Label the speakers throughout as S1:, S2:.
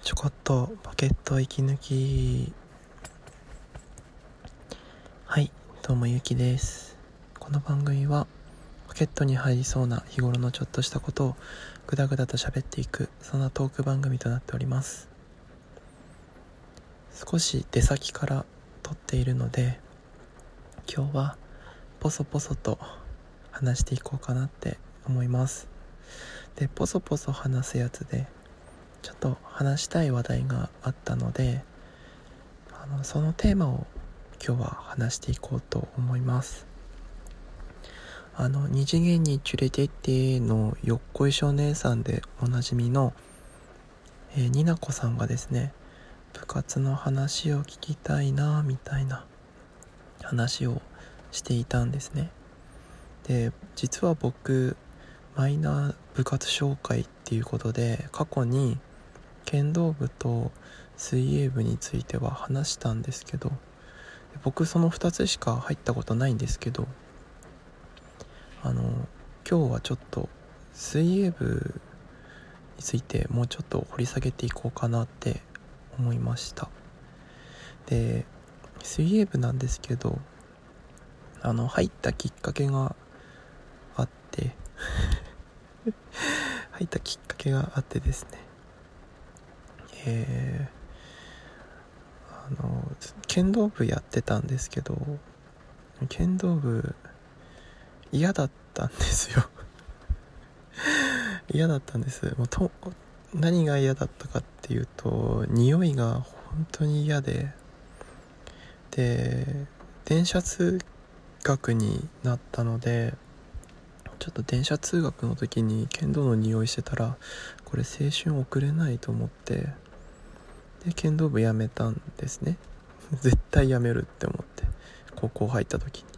S1: ちょこっとポケット息抜き。はい、どうもゆきです。この番組はポケットに入りそうな日頃のちょっとしたことをぐだぐだと喋っていく、そんなトーク番組となっております。少し出先から撮っているので、今日はポソポソと話していこうかなって思います。で、ポソポソ話すやつでちょっと話したい話題があったので、そのテーマを今日は話していこうと思います。二次元に連れてってのよっこいしょ姉さんでおなじみの、になこさんがですね、部活の話を聞きたいなみたいな話をしていたんですね。で、実は僕マイナー部活紹介っていうことで過去に剣道部と水泳部については話したんですけど、僕その2つしか入ったことないんですけど、今日はちょっと水泳部についてもうちょっと掘り下げていこうかなって思いました。で、水泳部なんですけど、入ったきっかけがあって入ったきっかけがあってですね、剣道部やってたんですけど、剣道部嫌だったんですよ嫌だったんです。何が嫌だったかっていうと、匂いが本当に嫌で、電車通学になったので、ちょっと電車通学の時に剣道の匂いしてたら、これ青春送れないと思って、で剣道部やめたんですね絶対やめるって思って、高校入った時に。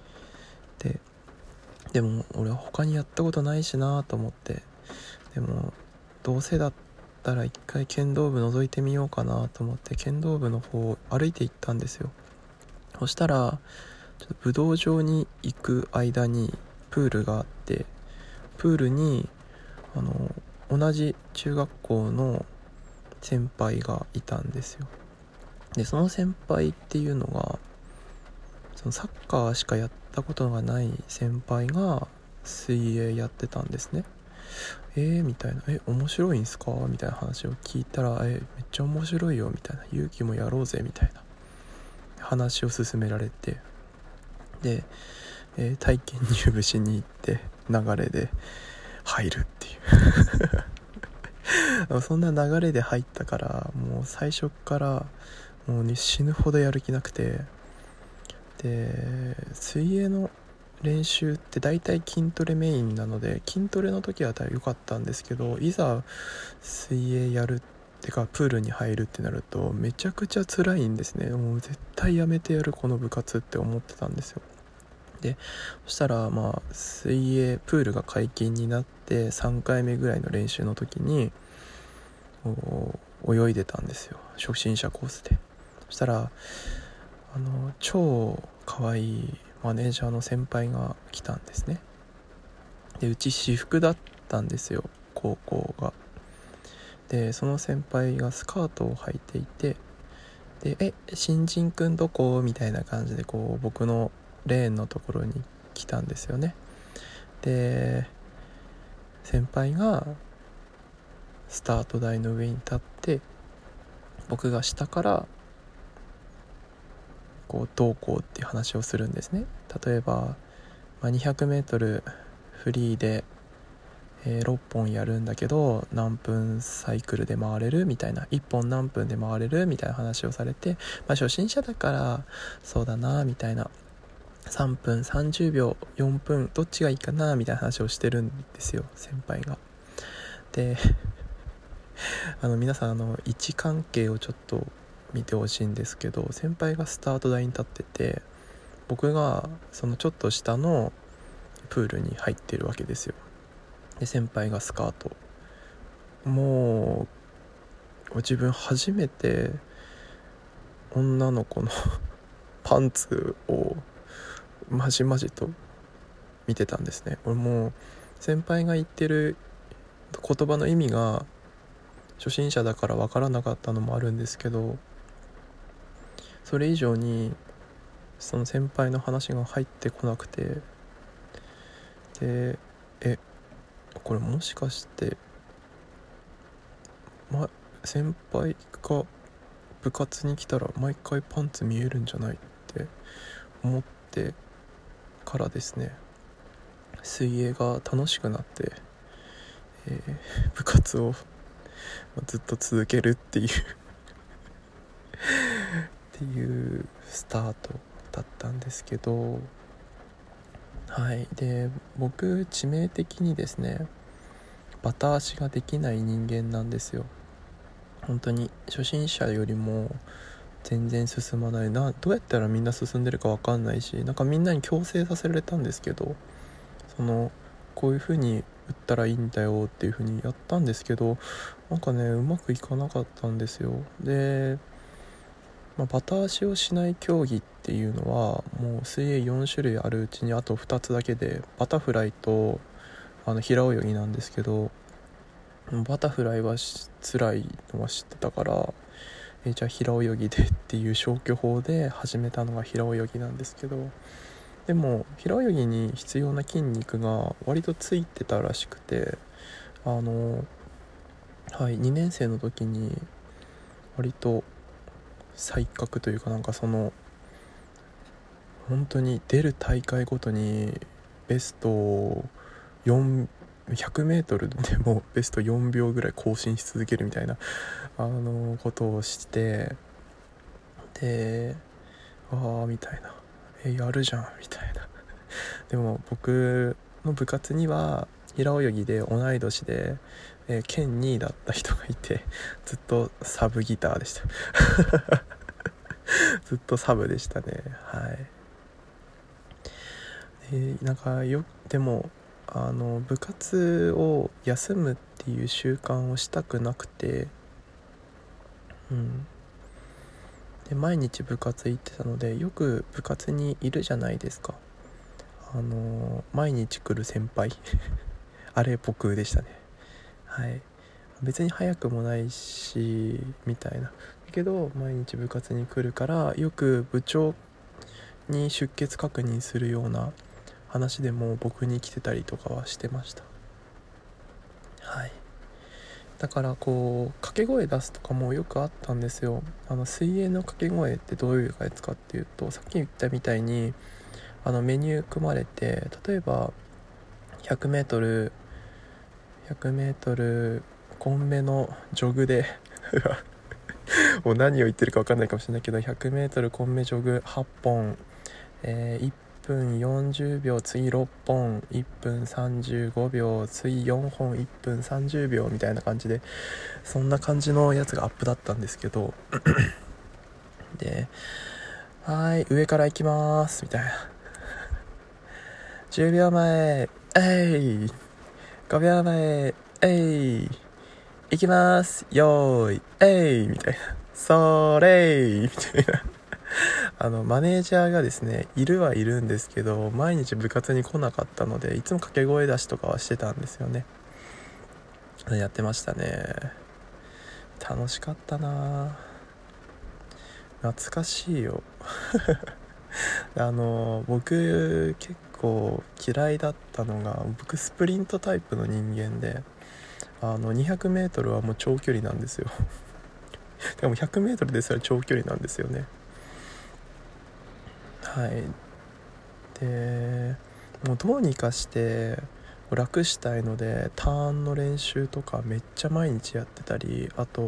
S1: でも俺他にやったことないしなと思って、でもどうせだったら一回剣道部覗いてみようかなと思って剣道部の方を歩いて行ったんですよ。そしたらちょっと武道場に行く間にプールがあって、プールに同じ中学校の先輩がいたんですよ。でその先輩っていうのが、そのサッカーしかやったことがない先輩が水泳やってたんですね。みたいな、面白いんすかみたいな話を聞いたら、めっちゃ面白いよみたいな、勇気もやろうぜみたいな話を勧められて、で、体験入部しに行って流れで入るっていうそんな流れで入ったから、もう最初からもう死ぬほどやる気なくて、で水泳の練習って大体筋トレメインなので、筋トレの時は良かったんですけど、いざ水泳やるってかプールに入るってなるとめちゃくちゃ辛いんですね。もう絶対やめてやるこの部活って思ってたんですよ。でそしたら水泳プールが解禁になって3回目ぐらいの練習の時に泳いでたんですよ、初心者コースで。そしたら超可愛いマネージャーの先輩が来たんですね。でうち私服だったんですよ、高校が。でその先輩がスカートを履いていて、で新人くんどこみたいな感じで僕のレーンのところに来たんですよね。で先輩がスタート台の上に立って、僕が下からどうこうっていう話をするんですね。例えば、200m フリーで、6本やるんだけど何分サイクルで回れるみたいな、1本何分で回れるみたいな話をされて、初心者だからそうだなみたいな、3分30秒4分どっちがいいかなみたいな話をしてるんですよ、先輩が。で皆さん位置関係をちょっと見てほしいんですけど、先輩がスタート台に立ってて、僕がそのちょっと下のプールに入ってるわけですよ。で先輩がスカート、もう自分初めて女の子のパンツをまじまじと見てたんですね。俺もう先輩が言ってる言葉の意味が初心者だから分からなかったのもあるんですけど、それ以上にその先輩の話が入ってこなくて、でこれもしかして、先輩が部活に来たら毎回パンツ見えるんじゃないって思ってからですね、水泳が楽しくなって、部活をずっと続けるっていうっていうスタートだったんですけど、はい。で、僕致命的にですね、バタ足ができない人間なんですよ。本当に初心者よりも全然進まないな。どうやったらみんな進んでるか分かんないし、なんかみんなに強制させられたんですけど、こういう風に打ったらいいんだよっていう風にやったんですけど、なんかね、うまくいかなかったんですよ。で、バタ足をしない競技っていうのはもう水泳4種類あるうちにあと2つだけで、バタフライと平泳ぎなんですけど、バタフライは辛いのは知ってたから、じゃあ平泳ぎでっていう消去法で始めたのが平泳ぎなんですけど、でも平泳ぎに必要な筋肉が割とついてたらしくて、2年生の時に割と才覚というか、なんか本当に出る大会ごとにベストを100メートルでもベスト4秒ぐらい更新し続けるみたいなことをして、でみたいな、やるじゃんみたいなでも僕の部活には平泳ぎで同い年で、県2位だった人がいて、ずっとサブギターでしたずっとサブでしたね。はい。なんかでも部活を休むっていう習慣をしたくなくて、で毎日部活行ってたので、よく部活にいるじゃないですか、毎日来る先輩あれ僕でしたね。はい。別に早くもないしみたいな、だけど毎日部活に来るから、よく部長に出欠確認するような話でも僕に来てたりとかはしてました。はい。だから掛け声出すとかもよくあったんですよ。水泳の掛け声ってどういうやつかっていうと、さっき言ったみたいにメニュー組まれて、例えば 100m コンメのジョグでもう何を言ってるか分かんないかもしれないけど、 100m コンメジョグ8本、1分40秒、次6本、1分35秒、次4本、1分30秒みたいな感じで、そんな感じのやつがアップだったんですけどで、上から行きますみたいな、10秒前5秒前行きますよーいみたいな、それーみたいなマネージャーがですね、いるはいるんですけど、毎日部活に来なかったので、いつも掛け声出しとかはしてたんですよね。やってましたね。楽しかったな、懐かしいよ僕結構嫌いだったのが、僕スプリントタイプの人間で、200m はもう長距離なんですよでも 100m ですら長距離なんですよね。はい。でもうどうにかして楽したいので、ターンの練習とかめっちゃ毎日やってたり、あと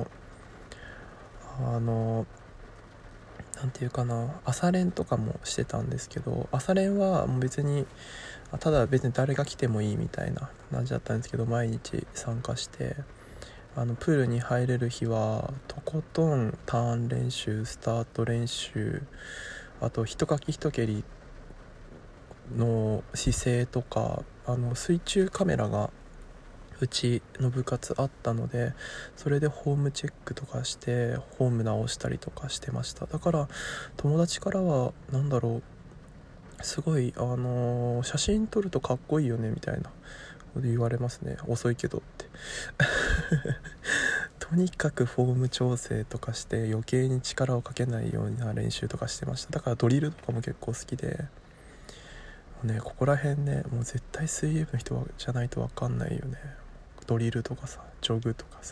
S1: なんていうかな、朝練とかもしてたんですけど、朝練はもう別に誰が来てもいいみたいな感じだったんですけど、毎日参加して、プールに入れる日はとことんターン練習、スタート練習、あと一かき一蹴りの姿勢とか、水中カメラがうちの部活あったので、それでホームチェックとかしてホーム直したりとかしてました。だから友達からはすごい写真撮るとかっこいいよねみたいなこと言われますね。遅いけどってとにかくフォーム調整とかして余計に力をかけないような練習とかしてました。だからドリルとかも結構好きで、もうねここら辺ねもう絶対水泳部の人じゃないと分かんないよね。ドリルとかさジョグとかさ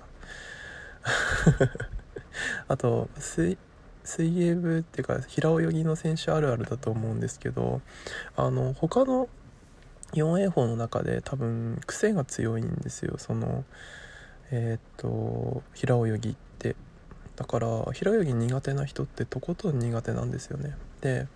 S1: あと水泳部っていうか平泳ぎの選手あるあるだと思うんですけど、他の 4A 法の中で多分癖が強いんですよ、その平泳ぎって。だから平泳ぎ苦手な人ってとことん苦手なんですよね。で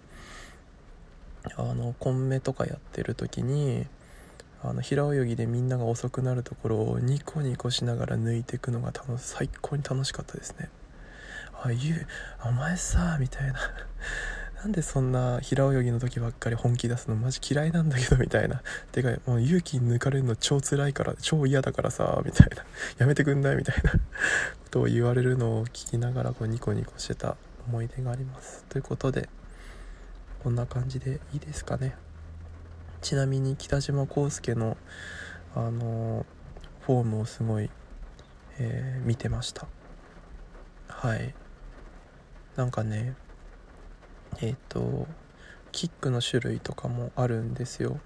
S1: コンメとかやってる時に平泳ぎでみんなが遅くなるところをニコニコしながら抜いていくのが最高に楽しかったですね。お前さみたいななんでそんな平泳ぎの時ばっかり本気出すのマジ嫌いなんだけどみたいな。てかもう勇気抜かれるの超辛いから超嫌だからさみたいなやめてくんないみたいなことを言われるのを聞きながらこうニコニコしてた思い出があります。ということでこんな感じでいいですかね。ちなみに北島康介のフォームをすごい、見てました。はい。なんかねキックの種類とかもあるんですよ。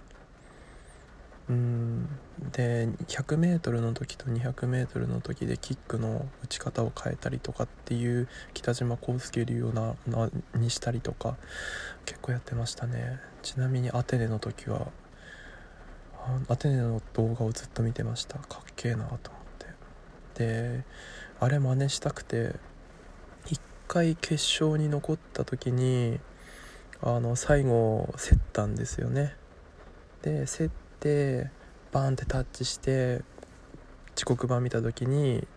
S1: で 100m の時と 200m の時でキックの打ち方を変えたりとかっていう北島康介流にしたりとか結構やってましたね。ちなみにアテネの時はアテネの動画をずっと見てました。かっけえなと思って。であれ真似したくて一回決勝に残った時に最後競ったんですよね。で競ってバーンってタッチして遅刻版見た時に